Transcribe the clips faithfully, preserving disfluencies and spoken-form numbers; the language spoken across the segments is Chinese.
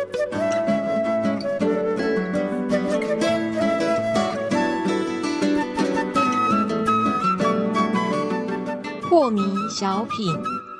破迷小品。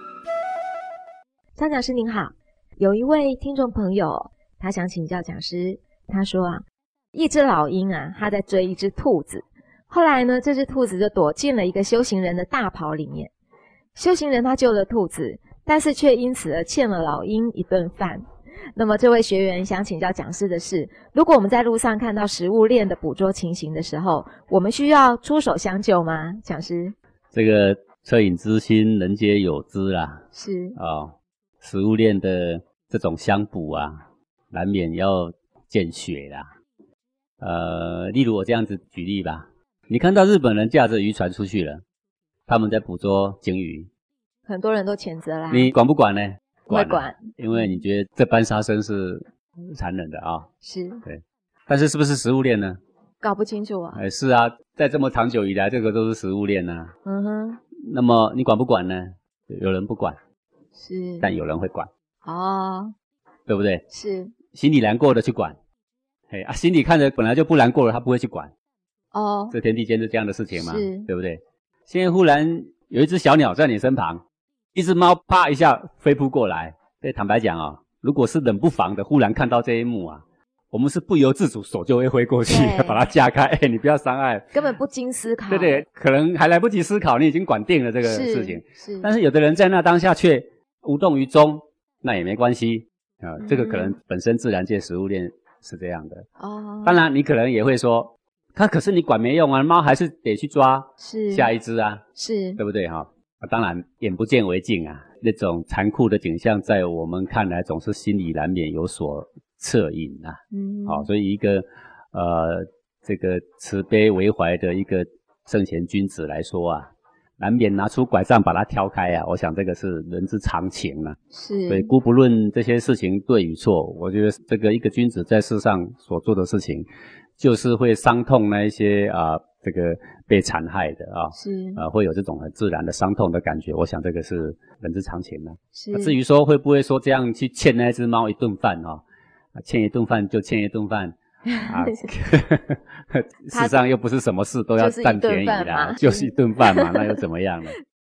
张讲师您好，有一位听众朋友，他想请教讲师，他说啊，一只老鹰啊，他在追一只兔子，后来呢，这只兔子就躲进了一个修行人的大袍里面。修行人他救了兔子，但是却因此而欠了老鹰一顿饭。那么这位学员想请教讲师的是，如果我们在路上看到食物链的捕捉情形的时候，我们需要出手相救吗？讲师， 这个恻隐之心，人皆有之啦。 是哦，食物链的这种相捕啊，难免要见血啦。呃，例如我这样子举例吧，你看到日本人驾着渔船出去了，他们在捕捉鲸鱼， 很多人都谴责啦， 你管不管呢？ 会管， 因为你觉得这般杀生是残忍的啊。 是， 对。但是是不是食物链呢？ 搞不清楚啊。 哎，是啊，在这么长久以来，这个都是食物链啊。 嗯哼。 那么你管不管呢？有人不管， 是， 但有人会管。 哦， 对不对？ 是。 心里难过的去管，嘿啊，心里看着本来就不难过了，他不会去管。 哦， 这天地间是这样的事情嘛， 是， 对不对？现在忽然有一只小鸟在你身旁，一只猫啪一下飞扑过来。对，坦白讲哦，如果是冷不防的忽然看到这一幕啊，我们是不由自主手就会挥过去把它架开，哎，你不要伤害， 根本不经思考。 对对，可能还来不及思考，你已经管定了这个事情。 是，是。 但是有的人在那当下却无动于衷，那也没关系啊、呃嗯，这个可能本身自然界食物链是这样的。 哦。当然你可能也会说，他可是你管没用啊，猫还是得去抓是下一只啊， 是，对不对哈？啊，当然眼不见为净啊，那种残酷的景象在我们看来总是心里难免有所恻隐啊。嗯，好、哦，所以一个呃这个慈悲为怀的一个圣贤君子来说啊，难免拿出拐杖把它挑开啊，我想这个是人之常情啊。 是， 所以姑不论这些事情对与错，我觉得这个一个君子在世上所做的事情，就是会伤痛那一些啊、呃、这个被残害的啊， 是呃会有这种很自然的伤痛的感觉，我想这个是人之常情啊。 是。 至于说会不会说这样去欠那只猫一顿饭啊，欠一顿饭就欠一顿饭。啊，事实上又不是什么事都要占便宜啦，就是一顿饭嘛，那又怎么样呢？